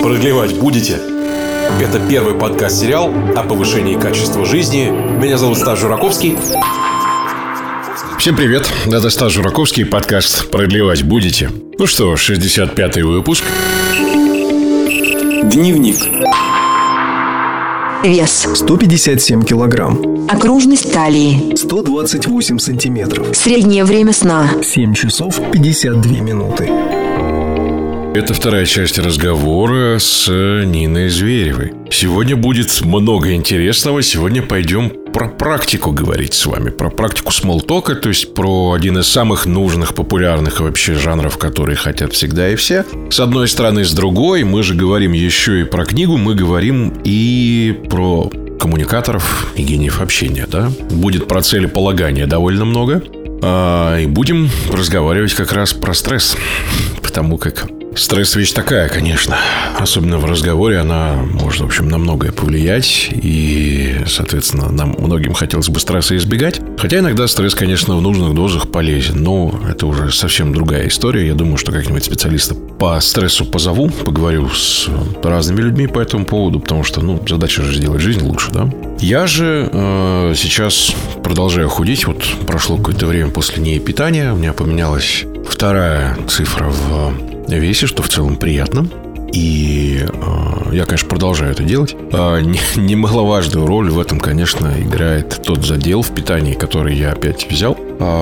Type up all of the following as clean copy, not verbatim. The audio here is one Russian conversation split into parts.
Продлевать будете? Это первый подкаст-сериал о повышении качества жизни. Меня зовут Стас Жураковский. Всем привет, это Стас Жураковский, подкаст «Продлевать будете?». Ну что, 65-й выпуск. Дневник. Вес 157 килограмм. окружность талии 128 сантиметров. среднее время сна 7 часов 52 минуты. Это вторая часть разговора с Ниной Зверевой. Сегодня будет много интересного. Сегодня пойдем про практику говорить с вами. Про практику смолтока, то есть про один из самых нужных, популярных вообще жанров, которые хотят всегда и все. С одной стороны, с другой, мы же говорим еще и про книгу. Мы говорим и про коммуникаторов и гениев общения, да? Будет про целеполагание довольно много. И будем разговаривать как раз про стресс. Потому как стресс вещь такая, конечно. Особенно в разговоре она может, в общем, на многое повлиять. И, соответственно, нам многим хотелось бы стресса избегать. Хотя иногда стресс, конечно, в нужных дозах полезен. Но это уже совсем другая история. Я думаю, что как-нибудь специалиста по стрессу позову. Поговорю с разными людьми по этому поводу. Потому что, задача же сделать жизнь лучше, да? Я же сейчас продолжаю худеть. Вот прошло какое-то время после неепитания. У меня поменялась вторая цифра в весе, что в целом приятно. И я, конечно, продолжаю это делать. Немаловажную роль в этом, конечно, играет тот задел в питании, который я опять взял.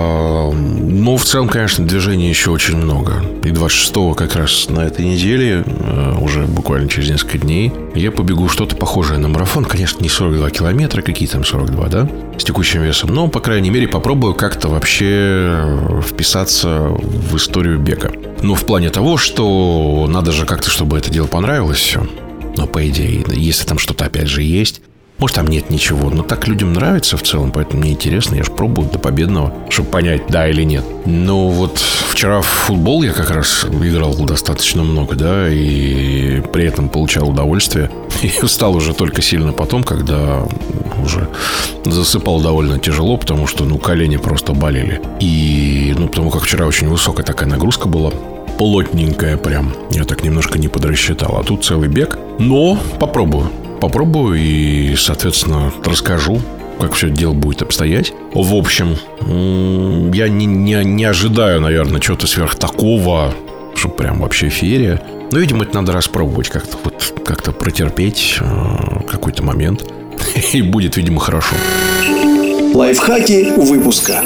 Но в целом, конечно, движений еще очень много. И 26-го как раз на этой неделе, уже буквально через несколько дней, я побегу что-то похожее на марафон. Конечно, не 42 километра, какие там 42, да? С текущим весом. Но, по крайней мере, попробую как-то вообще вписаться в историю бега. Ну, в плане того, что надо же как-то, чтобы это дело понравилось все. Но, по идее, если там что-то опять же есть, может, там нет ничего. Но так людям нравится в целом, поэтому мне интересно. Я же пробую до победного, чтобы понять, да или нет. Но вот вчера в футбол я как раз играл достаточно много, да, и при этом получал удовольствие. И устал уже только сильно потом, когда уже засыпал довольно тяжело, потому что, колени просто болели. И, потому как вчера очень высокая такая нагрузка была. Плотненькая прям. Я так немножко не подрасчитал. А тут целый бег. Но попробую и, соответственно, расскажу, как все это дело будет обстоять. В общем, я не ожидаю, наверное, чего-то сверх такого, чтобы прям вообще феерия. Но, видимо, это надо распробовать как-то протерпеть какой-то момент. И будет, видимо, хорошо. Лайфхаки выпуска.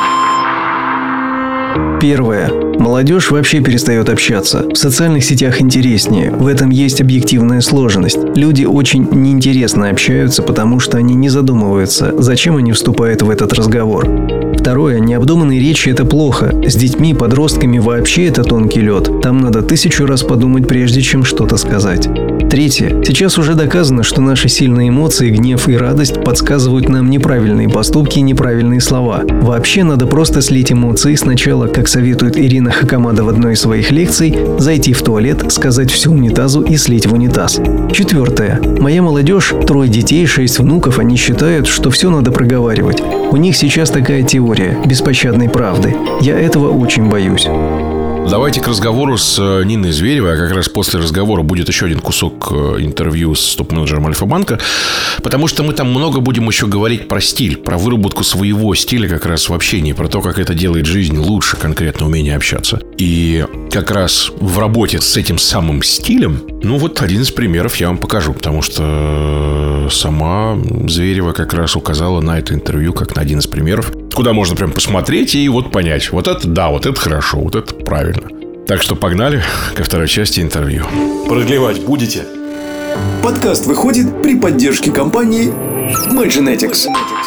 Первое. Молодежь вообще перестает общаться. В социальных сетях интереснее. В этом есть объективная сложность. Люди очень неинтересно общаются, потому что они не задумываются, зачем они вступают в этот разговор. Второе. Необдуманные речи – это плохо. С детьми, подростками вообще это тонкий лед. Там надо 1000 раз подумать, прежде чем что-то сказать. Третье. Сейчас уже доказано, что наши сильные эмоции, гнев и радость подсказывают нам неправильные поступки и неправильные слова. Вообще надо просто слить эмоции сначала, как советует Ирина Хакамада в одной из своих лекций, зайти в туалет, сказать все унитазу и слить в унитаз. Четвертое. Моя молодежь, 3 детей, 6 внуков, они считают, что все надо проговаривать. У них сейчас такая теория беспощадной правды. Я этого очень боюсь. Давайте к разговору с Ниной Зверевой. А как раз после разговора будет еще один кусок интервью с топ-менеджером Альфа-банка. Потому что мы там много будем еще говорить про стиль, про выработку своего стиля как раз в общении, про то, как это делает жизнь лучше, конкретно умение общаться. И как раз в работе с этим самым стилем, один из примеров я вам покажу. Потому что сама Зверева как раз указала на это интервью как на один из примеров, куда можно прям посмотреть и понять. Вот это да, вот это хорошо, вот это правильно. Так что погнали ко второй части интервью. Продлевать будете? Подкаст выходит при поддержке компании MyGenetics.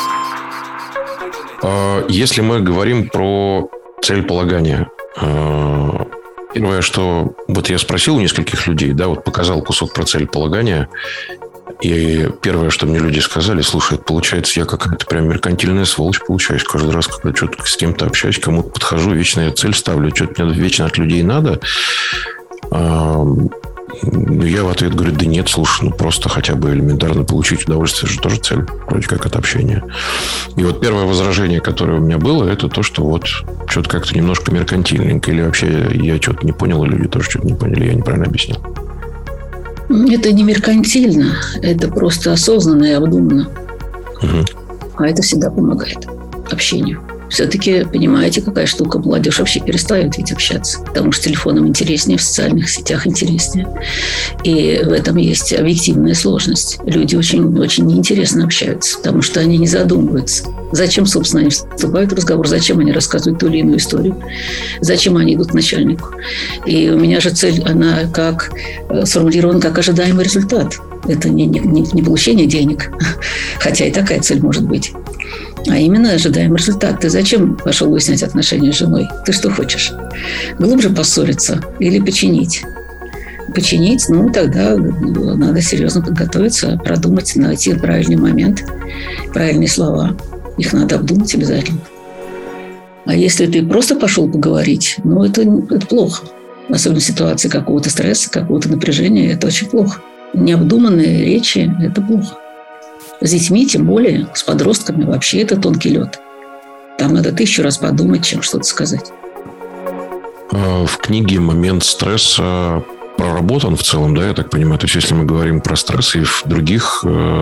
Если мы говорим про целеполагание, первое, что я спросил у нескольких людей, показал кусок про целеполагание. И первое, что мне люди сказали: слушай, получается, я какая-то прям меркантильная сволочь получаюсь каждый раз, когда что-то с кем-то общаюсь, кому-то подхожу, вечно я цель ставлю, что-то мне вечно от людей надо. Я в ответ говорю: да нет, слушай, просто хотя бы элементарно получить удовольствие, же тоже цель, вроде как от общения. И первое возражение, которое у меня было, это то, что что-то как-то немножко меркантильненько, или вообще я что-то не понял, или люди тоже что-то не поняли, я неправильно объяснил. Это не меркантильно, это просто осознанно и обдуманно. А это всегда помогает общению. Все-таки понимаете, какая штука, молодежь вообще перестает ведь общаться, потому что телефоном интереснее, в социальных сетях интереснее. И в этом есть объективная сложность. Люди очень неинтересно общаются, потому что они не задумываются. Зачем, собственно, они вступают в разговор, зачем они рассказывают ту или иную историю, зачем они идут к начальнику. И у меня же цель, она сформулирована как ожидаемый результат. Это не получение денег, хотя и такая цель может быть. А именно ожидаемый результат. Ты зачем пошел выяснять отношения с женой? Ты что хочешь? Глубже поссориться или починить? Починить, тогда надо серьезно подготовиться, продумать, найти правильный момент, правильные слова. Их надо обдумать обязательно. А если ты просто пошел поговорить, это плохо. Особенно в ситуации какого-то стресса, какого-то напряжения, это очень плохо. Необдуманные речи – это плохо. С детьми, тем более, с подростками вообще это тонкий лед. Там надо 1000 раз подумать, чем что-то сказать. В книге момент стресса проработан в целом, да, я так понимаю? То есть, если мы говорим про стресс и в других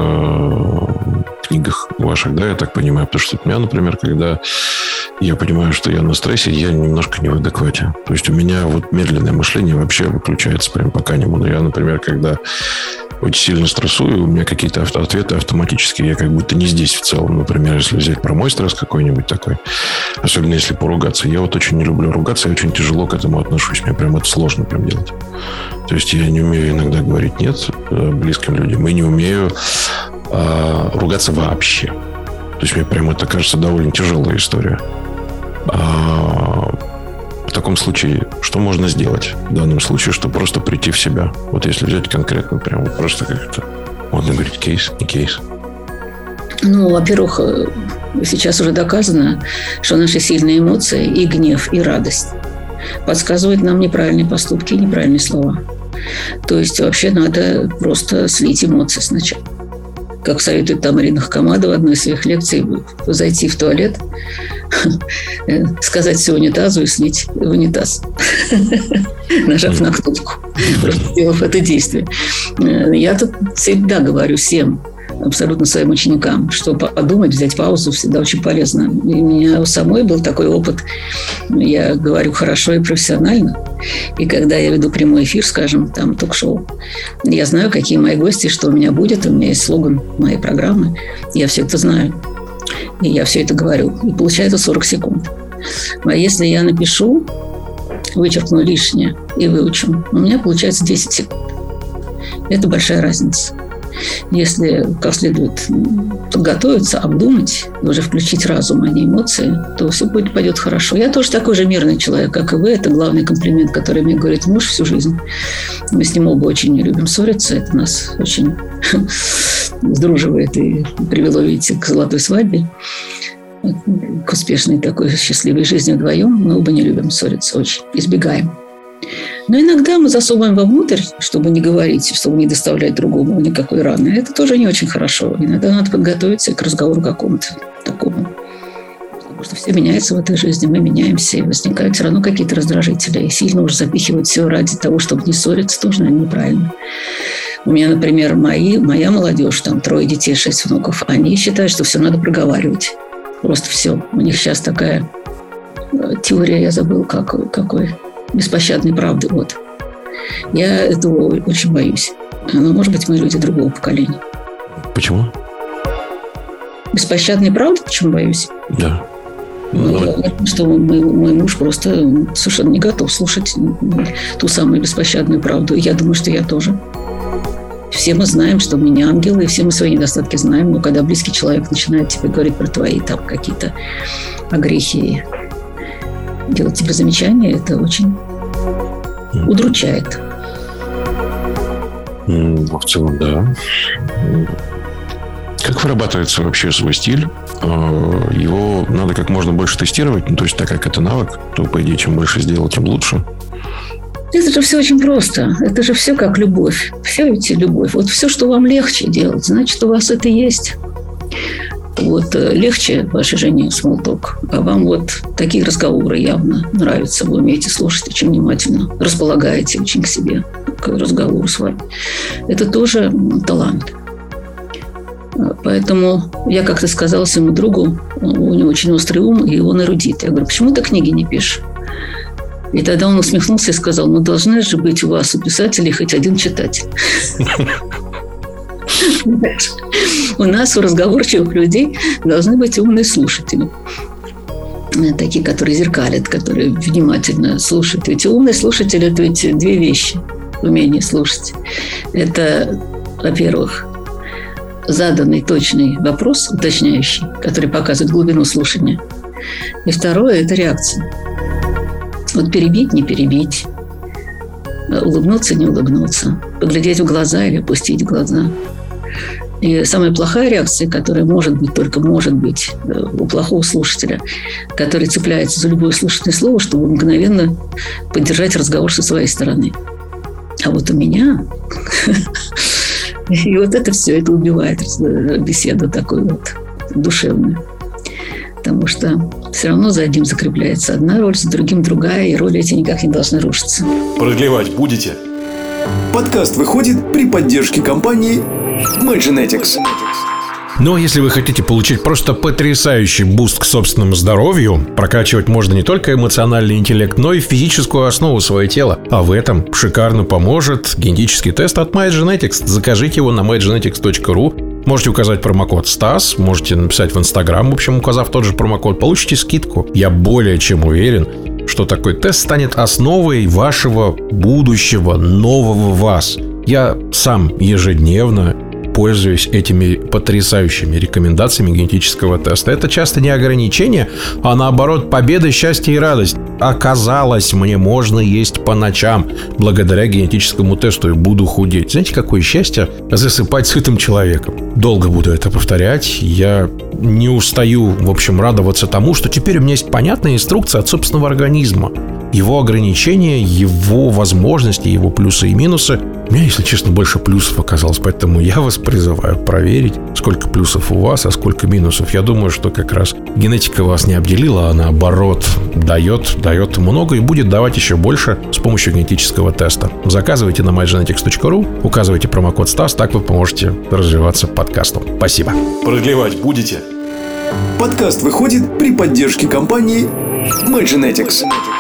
книгах ваших, да, я так понимаю? Потому что у меня, например, когда я понимаю, что я на стрессе, я немножко не в адеквате. То есть, у меня медленное мышление вообще выключается прям по каниму. Но я, например, когда очень сильно стрессую, у меня какие-то ответы автоматические. Я как будто не здесь в целом. Например, если взять про мой стресс какой-нибудь такой, особенно если поругаться. Я очень не люблю ругаться, я очень тяжело к этому отношусь. Мне прям это сложно прям делать. То есть я не умею иногда говорить «нет» близким людям. И не умею ругаться вообще. То есть мне прям это кажется довольно тяжелая история. В таком случае, что можно сделать в данном случае, чтобы просто прийти в себя? Вот если взять конкретно, прям просто как-то, можно говорить, кейс, не кейс. Во-первых, сейчас уже доказано, что наши сильные эмоции, и гнев, и радость, подсказывают нам неправильные поступки и неправильные слова. То есть вообще надо просто слить эмоции сначала. Как советует Марина Хакамадова в одной из своих лекций, зайти в туалет, сказать все унитазу и слить в унитаз, нажав на кнопку, просто сделав это действие. Я тут всегда говорю всем, абсолютно своим ученикам, что подумать, взять паузу всегда очень полезно. И у меня у самой был такой опыт. Я говорю хорошо и профессионально. И когда я веду прямой эфир, скажем, там ток-шоу, я знаю, какие мои гости, что у меня будет. У меня есть слоган моей программы. Я все это знаю. И я все это говорю. И получается 40 секунд. А если я напишу, вычеркну лишнее и выучу, у меня получается 10 секунд. Это большая разница. Если как следует подготовиться, обдумать, уже включить разум, а не эмоции, то все пойдет хорошо. Я тоже такой же мирный человек, как и вы. Это главный комплимент, который мне говорит муж всю жизнь. Мы с ним оба очень не любим ссориться. Это нас очень сдруживает и привело, видите, к золотой свадьбе, к успешной такой счастливой жизни вдвоем. Мы оба не любим ссориться, очень избегаем. Но иногда мы засовываем вовнутрь, чтобы не говорить, чтобы не доставлять другому никакой раны. Это тоже не очень хорошо. Иногда надо подготовиться к разговору какому-то такому. Потому что все меняется в этой жизни, мы меняемся, и возникают все равно какие-то раздражители. И сильно уже запихивать все ради того, чтобы не ссориться, тоже, наверное, неправильно. У меня, например, моя молодежь, там 3 детей, 6 внуков, они считают, что все надо проговаривать. Просто все. У них сейчас такая теория, я забыл, какой беспощадной правды. Вот. Я этого очень боюсь. Но, может быть, мы люди другого поколения. Почему? Беспощадной правды? Почему боюсь? Да. Что мой муж просто совершенно не готов слушать ту самую беспощадную правду. И я думаю, что я тоже. Все мы знаем, что мы не ангелы, и все мы свои недостатки знаем. Но когда близкий человек начинает тебе говорить про твои там какие-то огрехи, делать тебе замечания, это очень удручает. В целом, да. Как вырабатывается вообще свой стиль? Его надо как можно больше тестировать. То есть, так как это навык, то, по идее, чем больше сделать, тем лучше. Это же все очень просто. Это же все как любовь. Все ведь любовь. Вот все, что вам легче делать, значит, у вас это есть. Вот легче вашей жене смолток, а вам вот такие разговоры явно нравятся. Вы умеете слушать очень внимательно, располагаете очень к себе, к разговору с вами. это тоже талант. Поэтому я как-то сказала своему другу, у него очень острый ум, и он эрудит. Я говорю, почему ты книги не пишешь? И тогда он усмехнулся и сказал, должны же быть у вас, у писателей, хоть один читатель. У нас, у разговорчивых людей, должны быть умные слушатели. Такие, которые зеркалят, которые внимательно слушают. Ведь умный слушатель – это ведь две вещи. Умение слушать. Это, во-первых, заданный точный вопрос, уточняющий, который показывает глубину слушания. И второе – это реакция. Вот перебить, не перебить, улыбнуться, не улыбнуться, поглядеть в глаза или опустить глаза. И самая плохая реакция, которая может быть у плохого слушателя, который цепляется за любое слушательное слово, чтобы мгновенно поддержать разговор со своей стороны. А вот у меня... И вот это все, это убивает беседу такую вот душевную. Потому что все равно за одним закрепляется одна роль, за другим другая, и роли эти никак не должны рушиться. Продлевать будете? Подкаст выходит при поддержке компании MyGenetics. Но если вы хотите получить просто потрясающий буст к собственному здоровью, прокачивать можно не только эмоциональный интеллект, но и физическую основу своего тела. А в этом шикарно поможет генетический тест от MyGenetics. Закажите его на mygenetics.ru. Можете указать промокод СТАС, можете написать в Инстаграм, в общем, указав тот же промокод, получите скидку. Я более чем уверен, что такой тест станет основой вашего будущего, нового вас. Я сам ежедневно пользуюсь этими потрясающими рекомендациями генетического теста. Это часто не ограничение, а наоборот победа, счастье и радость. Оказалось, мне можно есть по ночам благодаря генетическому тесту и буду худеть. Знаете, какое счастье засыпать сытым человеком. Долго буду это повторять. Я не устаю, в общем, радоваться тому, что теперь у меня есть понятная инструкция от собственного организма. Его ограничения, его возможности, его плюсы и минусы. У меня, если честно, больше плюсов оказалось, поэтому я вас призываю проверить, сколько плюсов у вас, а сколько минусов. Я думаю, что как раз генетика вас не обделила, а наоборот дает много и будет давать еще больше с помощью генетического теста. Заказывайте на mygenetics.ru, указывайте промокод СТАС, так вы поможете развиваться подкастом. Спасибо. Продлевать будете? Подкаст выходит при поддержке компании MyGenetics.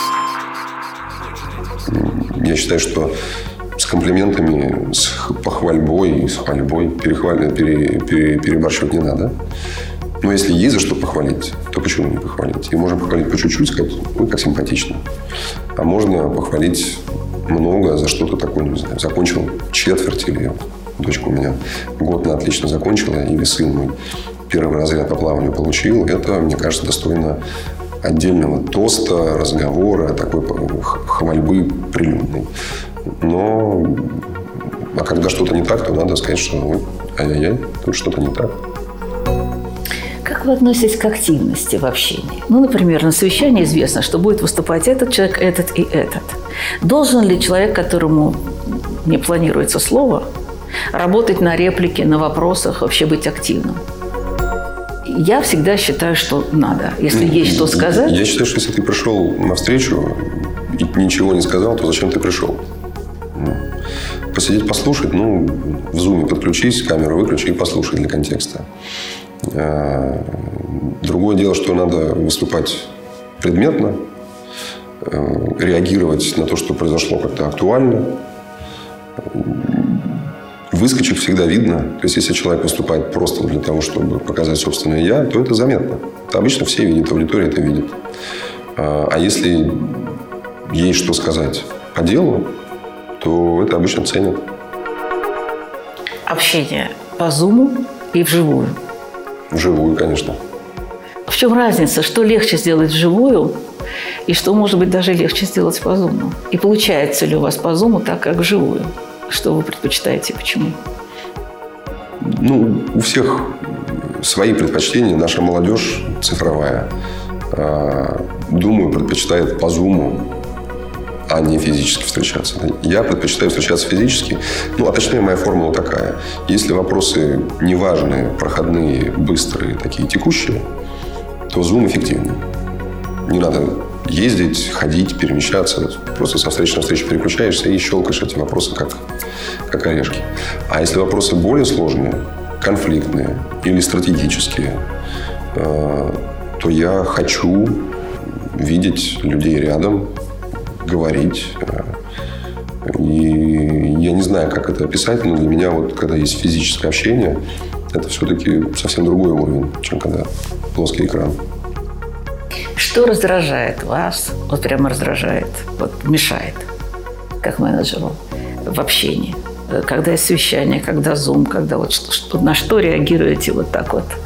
Я считаю, что с комплиментами, с похвальбой, с хвальбой перебарщивать не надо. Но если есть за что похвалить, то почему не похвалить? И можно похвалить по чуть-чуть, сказать, ой, как симпатично. А можно похвалить много за что-то такое, не знаю, закончил четверть, или дочка у меня год на отлично закончила, или сын мой первый разряд по плаванию получил. Это, мне кажется, достойно отдельного тоста, разговора, такой хвальбы прилюдной. Но а когда что-то не так, то надо сказать, что ай-яй-яй, тут что-то не так. Как вы относитесь к активности в общении? Например, на совещании известно, что будет выступать этот человек, этот и этот. Должен ли человек, которому не планируется слово, работать на реплике, на вопросах, вообще быть активным? Я всегда считаю, что надо. Если есть что сказать... Я считаю, что если ты пришел на встречу и ничего не сказал, то зачем ты пришел? Посидеть, послушать, в зуме подключись, камеру выключи и послушай для контекста. Другое дело, что надо выступать предметно, реагировать на то, что произошло, как-то актуально. Выскочек всегда видно. То есть, если человек выступает просто для того, чтобы показать собственное «я», то это заметно. Это обычно все видят, аудитория это видит. А если есть что сказать по делу, то это обычно ценят. Общение по Зуму и вживую? Вживую, конечно. В чем разница? Что легче сделать вживую и что, может быть, даже легче сделать по Зуму? И получается ли у вас по Зуму так, как вживую? Что вы предпочитаете? Почему? У всех свои предпочтения. Наша молодежь цифровая, думаю, предпочитает по Зуму, а не физически встречаться. Я предпочитаю встречаться физически. А точнее, моя формула такая. Если вопросы неважные, проходные, быстрые, такие текущие, то Zoom эффективнее. Не надо ездить, ходить, перемещаться. Просто со встречи на встречу переключаешься и щелкаешь эти вопросы, как как орешки. А если вопросы более сложные, конфликтные или стратегические, то я хочу видеть людей рядом, говорить. И я не знаю, как это описать, но для меня, вот, когда есть физическое общение, это все-таки совсем другой уровень, чем когда плоский экран. Что раздражает вас, вот прямо раздражает, вот мешает, как менеджеру в общении? Когда есть совещание, когда Zoom, когда вот на что реагируете вот так вот?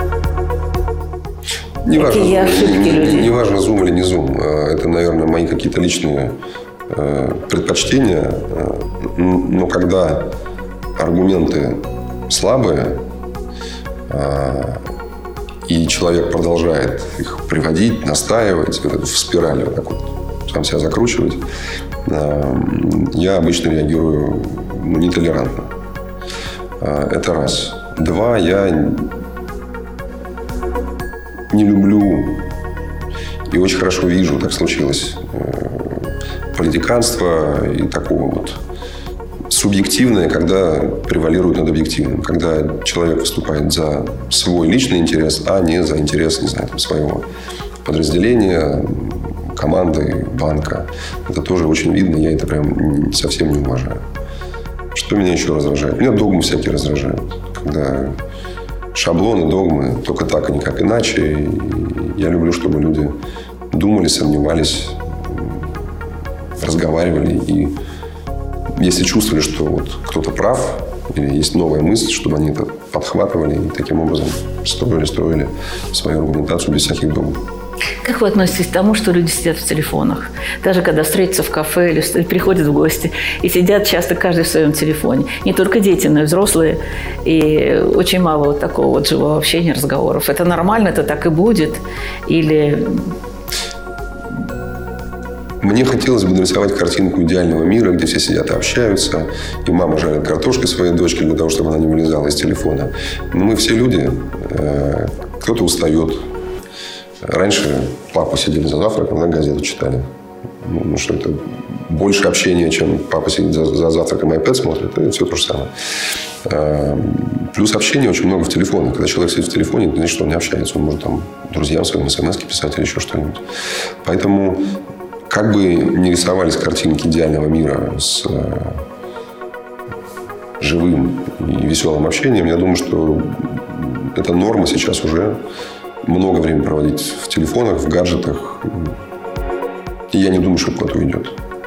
Какие ошибки людей? Неважно, Zoom или не Zoom. Это, наверное, мои какие-то личные предпочтения. Но когда аргументы слабые, и человек продолжает их приводить, настаивать, в спирали вот так вот сам себя закручивать, я обычно реагирую нетолерантно. Это раз. Два, я не люблю и очень хорошо вижу, так случилось, политиканство и такого вот субъективное, когда превалирует над объективным. Когда человек выступает за свой личный интерес, а не за интерес, не знаю, там, своего подразделения, команды, банка. Это тоже очень видно, я это прям совсем не уважаю. Что меня еще раздражает? Меня догмы всякие раздражают. Когда шаблоны, догмы, только так, а никак иначе. И я люблю, чтобы люди думали, сомневались, разговаривали. И если чувствовали, что вот кто-то прав, или есть новая мысль, чтобы они это подхватывали и таким образом строили свою аргументацию без всяких догм. Как вы относитесь к тому, что люди сидят в телефонах? Даже когда встретятся в кафе или приходят в гости и сидят часто каждый в своем телефоне. Не только дети, но и взрослые. И очень мало вот такого вот живого общения, разговоров. Это нормально, это так и будет? Или... Мне хотелось бы нарисовать картинку идеального мира, где все сидят и общаются, и мама жарит картошку своей дочке для того, чтобы она не вылезала из телефона. Но мы все люди. Кто-то устает. Раньше папы сидели за завтраком, да, газету читали. Ну, что это больше общения, чем папа сидит за завтраком и iPad смотрит. Это все то же самое. Плюс общения очень много в телефоне. Когда человек сидит в телефоне, это значит, что он не общается. Он может там друзьям своим смс-ки писать или еще что-нибудь. Поэтому, как бы ни рисовались картинки идеального мира с живым и веселым общением, я думаю, что это норма сейчас уже. Много времени проводить в телефонах, в гаджетах. И я не думаю, что куда-то уйдет.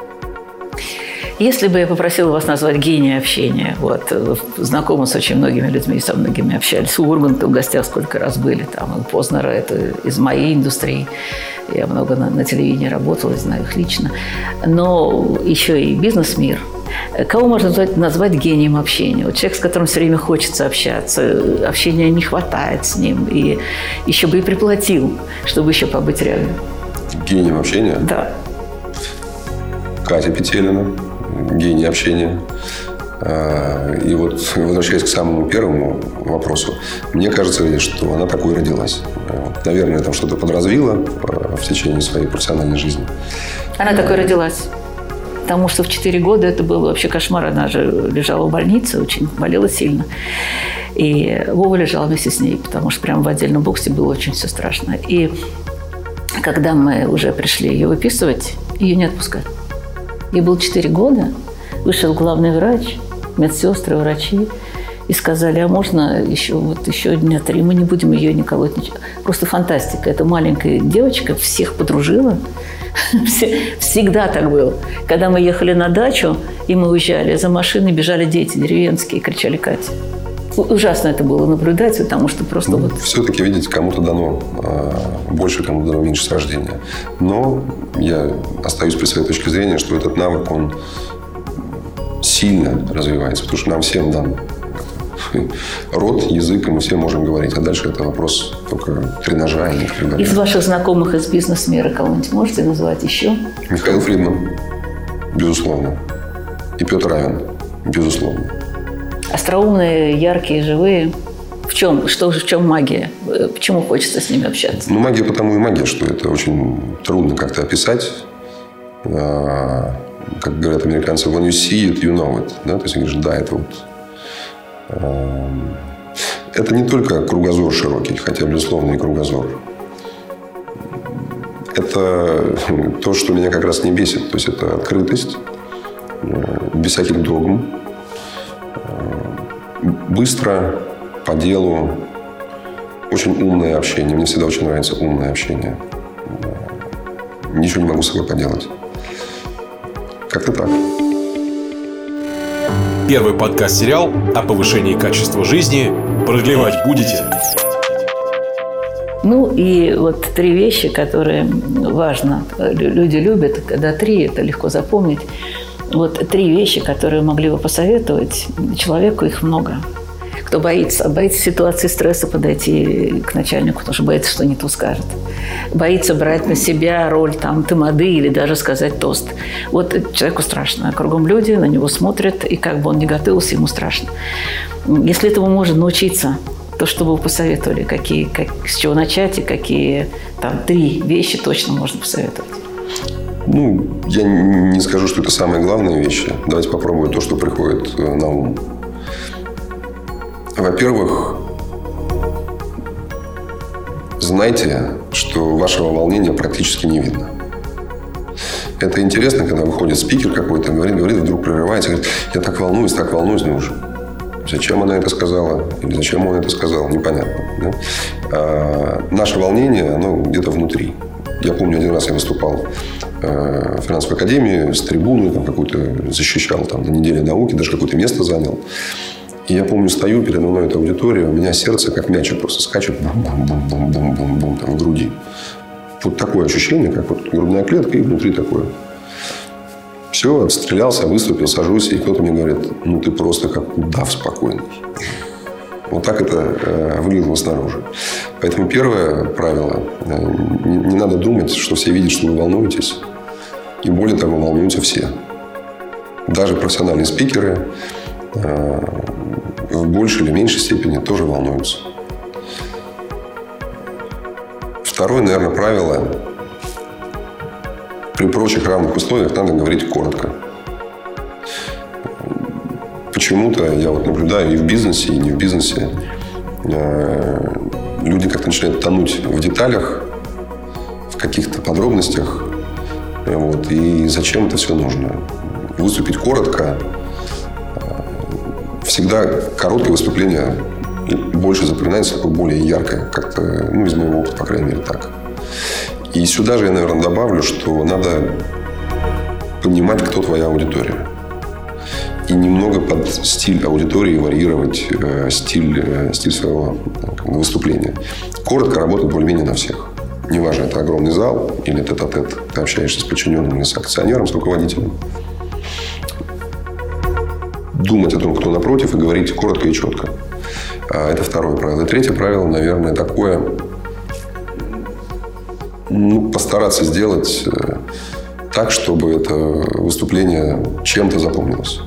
Если бы я попросила вас назвать гения общения, вот, знакомы с очень многими людьми, со многими общались. У Урганта в гостях сколько раз были, там, у Познера, это из моей индустрии. Я много на телевидении работала, знаю их лично. Но еще и бизнес-мир. Кого можно назвать гением общения? Вот человек, с которым все время хочется общаться, общения не хватает с ним, и еще бы и приплатил, чтобы еще побыть рядом. Гением общения? Да. Катя Петелина, гений общения. И вот, возвращаясь к самому первому вопросу, мне кажется, что она такой родилась. Наверное, там что-то подразвила в течение своей профессиональной жизни. Она такой родилась. Потому что в 4 года это был вообще кошмар. Она же лежала в больнице, очень болела сильно. И Вова лежал вместе с ней, потому что прямо в отдельном боксе было очень все страшно. И когда мы уже пришли ее выписывать, ее не отпускали. Ей было 4 года. Вышел главный врач, медсестры, врачи. И сказали, а можно еще дня 3 мы не будем ее не колоть. Ничего. Просто фантастика. Эта маленькая девочка всех подружила. Всегда так было. Когда мы ехали на дачу, и мы уезжали, за машиной бежали дети деревенские, кричали Катя. Ужасно это было наблюдать, потому что просто вот... Все-таки, видите, кому-то дано больше, кому-то дано меньше с рождения. Но я остаюсь при своей точке зрения, что этот навык, он сильно развивается, потому что нам всем дан рот, язык, и мы все можем говорить. А дальше это вопрос только тренажа. Из ваших знакомых из бизнес-мира кого-нибудь можете назвать еще? Михаил Фридман, безусловно. И Петр Авен, безусловно. Остроумные, яркие, живые. В чем магия? Почему хочется с ними общаться? Магия потому и магия, что это очень трудно как-то описать. как говорят американцы, when you see it, you know it. Да? То есть, говоришь, да, это вот... Это не только кругозор широкий, хотя, безусловно, и кругозор. Это то, что меня как раз не бесит. То есть, это открытость, без всяких догм, быстро, по делу, очень умное общение. Мне всегда очень нравится умное общение. Ничего не могу с собой поделать. Как-то так. Первый подкаст-сериал о повышении качества жизни. Продлевать будете? Ну и вот 3 вещи, которые важно, люди любят, когда 3, это легко запомнить. Вот 3 вещи, которые могли бы посоветовать человеку, их много. Кто боится в ситуации стресса подойти к начальнику, потому что боится, что не то скажет. Боится брать на себя роль там тамады или даже сказать тост. Вот человеку страшно. Кругом люди на него смотрят, и как бы он ни готовился, ему страшно. Если этому можно научиться, то что бы вы посоветовали? С чего начать и какие там 3 вещи точно можно посоветовать? Ну, я не скажу, что это самые главные вещи. Давайте попробуем то, что приходит на ум. Во-первых, знайте, что вашего волнения практически не видно. Это интересно, когда выходит спикер какой-то, говорит, вдруг прерывается, говорит, я так волнуюсь, ну уже. Зачем она это сказала? Или зачем он это сказал? Непонятно. Да? Наше волнение, оно где-то внутри. Я помню, один раз я выступал в финансовой академии с трибуны, там какую-то защищал там, на неделе науки, даже какое-то место занял. И я помню, стою передо мной эта аудитория, у меня сердце как мячик просто скачет бум-бум-бум-бум-бум там в груди. Вот такое ощущение, как вот грудная клетка и внутри такое. Все, отстрелялся, выступил, сажусь, и кто-то мне говорит, ну ты просто как удав спокойный. Вот так это выглядело снаружи. Поэтому первое правило, не надо думать, что все видят, что вы волнуетесь. И более того, волнуются все. Даже профессиональные спикеры в большей или меньшей степени тоже волнуются. Второе, наверное, правило. При прочих равных условиях надо говорить коротко. Почему-то я вот наблюдаю и в бизнесе, и не в бизнесе. Люди как-то начинают тонуть в деталях, в каких-то подробностях. Вот, и зачем это все нужно? Выступить коротко. Всегда короткое выступление больше запоминается, такое более яркое. Как-то, из моего опыта, по крайней мере, так. И сюда же я, наверное, добавлю, что надо понимать, кто твоя аудитория. И немного под стиль аудитории варьировать стиль своего выступления. Коротко работать более-менее на всех. Неважно, это огромный зал или тет-а-тет. Ты общаешься с подчиненным или с акционером, с руководителем. Думать о том, кто напротив, и говорить коротко и четко. Это второе правило. И третье правило, наверное, такое... постараться сделать так, чтобы это выступление чем-то запомнилось.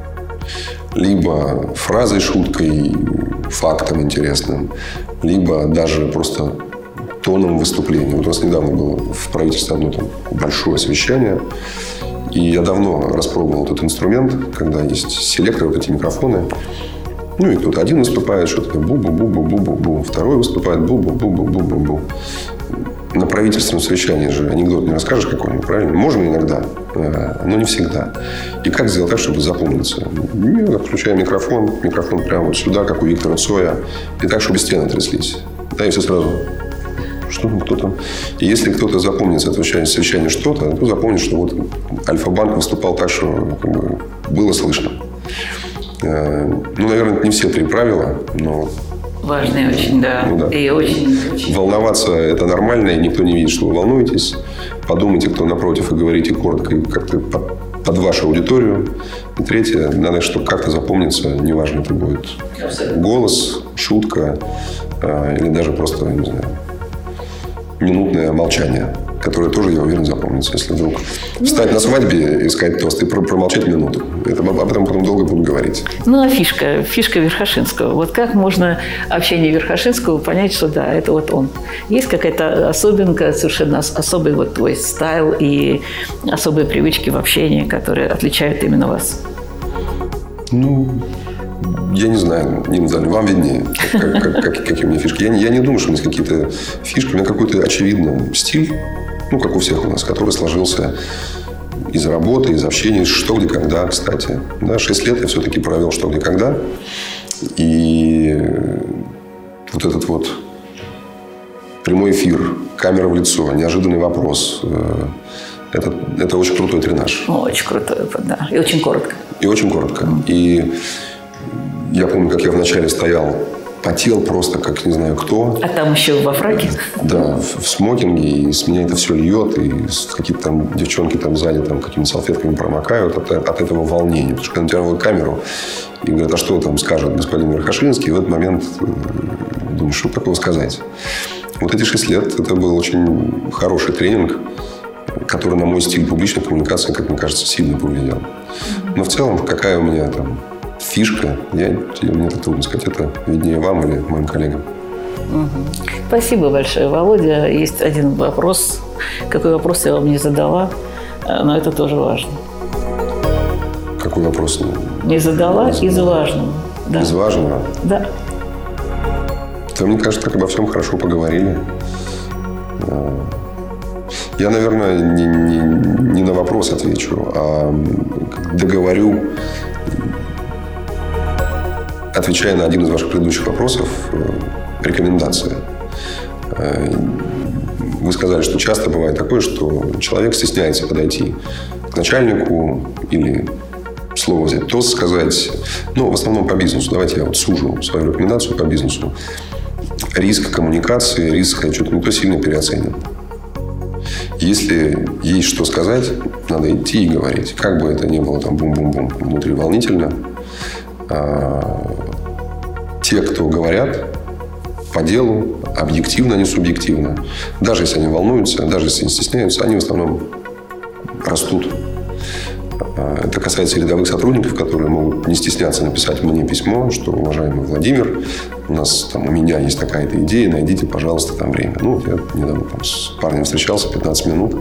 Либо фразой, шуткой, фактом интересным, либо даже просто тоном выступления. Вот у нас недавно было в правительстве одно там большое совещание, и я давно распробовал этот инструмент, когда есть селекторы, вот эти микрофоны. И кто-то один выступает, что-то бу-бу-бу-бу-бу-бу, второй выступает бу-бу-бу-бу-бу-бу-бу. На правительственном совещании же анекдот не расскажешь какой-нибудь, правильно? Можно иногда, но не всегда. И как сделать так, чтобы запомниться? Включаем микрофон прямо вот сюда, как у Виктора Цоя, и так, чтобы стены тряслись. Да, и все сразу... Что там, кто там? И если кто-то запомнит с этого совещания что-то, то запомнит, что вот Альфа-банк выступал так, что было слышно. Наверное, это не все 3 правила, но... Важные очень, да. И очень. Волноваться – это нормально, и никто не видит, что вы волнуетесь. Подумайте, кто напротив, и говорите коротко, и как-то под вашу аудиторию. И третье, надо, чтобы как-то запомниться, неважно, это будет голос, шутка, или даже просто, не знаю, минутное молчание, которое тоже, я уверен, запомнится. Если вдруг встать на свадьбе и сказать тост и промолчать минуту. Об этом потом долго будут говорить. Ну, а фишка Верхошинского. Вот как можно общение Верхошинского понять, что да, это вот он. Есть какая-то особенка, совершенно особый вот твой стайл и особые привычки в общении, которые отличают именно вас? Ну, я не знаю, Нина Витальевна, вам виднее, какие у меня фишки. Я не думаю, что у меня есть какие-то фишки. У меня какой-то очевидный стиль, ну, как у всех у нас, который сложился из работы, из общения, что, где, когда, кстати. Да, 6 лет я все-таки провел что, где, когда. И вот этот вот прямой эфир, камера в лицо, неожиданный вопрос. Это очень крутой тренаж. Очень крутой, да. И очень коротко. И очень коротко. И я помню, как я вначале стоял, потел просто, как не знаю кто. А там еще во фраке? Да, в смокинге. И с меня это все льет. И какие-то там девчонки там сзади там, какими-то салфетками промокают от этого волнения. Потому что когда на тебя наводят камеру и говорят, а что там скажет господин Верхошинский, и в этот момент думаешь, что такого сказать. Вот эти 6 лет это был очень хороший тренинг, который на мой стиль публичной коммуникации, как мне кажется, сильно повлиял. Но в целом, какая у меня там фишка, мне это трудно сказать. Это виднее вам или моим коллегам. Спасибо большое, Володя. Есть один вопрос. Какой вопрос я вам не задала, но это тоже важно. Какой вопрос? Не задала из важного. Да. Из важного? Да. Да, мне кажется, так обо всем хорошо поговорили. Я, наверное, не на вопрос отвечу, а договорю, отвечая на один из ваших предыдущих вопросов, рекомендация. Вы сказали, что часто бывает такое, что человек стесняется подойти к начальнику или слово взять, тост сказать. Ну, в основном по бизнесу. Давайте я вот сужу свою рекомендацию по бизнесу. Риск коммуникации, риск что-то не то сильно переоценен. Если есть что сказать, надо идти и говорить. Как бы это ни было там бум-бум-бум внутри волнительно. Те, кто говорят по делу, объективно, а не субъективно, даже если они волнуются, даже если они стесняются, они в основном растут. Это касается рядовых сотрудников, которые могут не стесняться написать мне письмо, что, уважаемый Владимир, у меня есть такая-то идея, найдите, пожалуйста, там время. Ну, я недавно там с парнем встречался, 15 минут.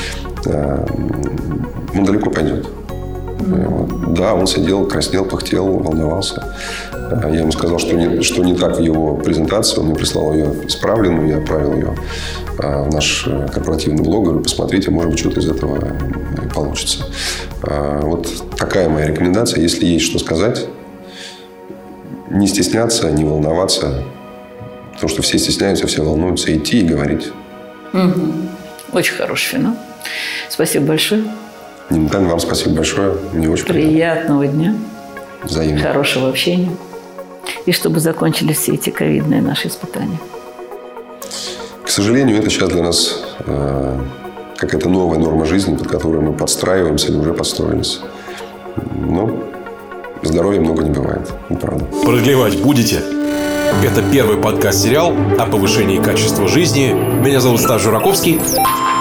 Он далеко пойдет. Да, он сидел, краснел, пыхтел, волновался. Я ему сказал, что не так в его презентации. Он мне прислал ее исправленную, я отправил ее в наш корпоративный блог. Говорю, посмотрите, может быть, что-то из этого получится. Вот такая моя рекомендация. Если есть что сказать, не стесняться, не волноваться. Потому что все стесняются, все волнуются. Идти и говорить. Очень хороший финал. Спасибо большое. Нина Витальевна, вам спасибо большое. Мне очень приятного дня. Взаимно. Хорошего общения. И чтобы закончились все эти ковидные наши испытания. К сожалению, это сейчас для нас какая-то новая норма жизни, под которую мы подстраиваемся или уже подстроились. Но здоровья много не бывает. Правда. Продлевать будете? Это первый подкаст-сериал о повышении качества жизни. Меня зовут Стас Жураковский.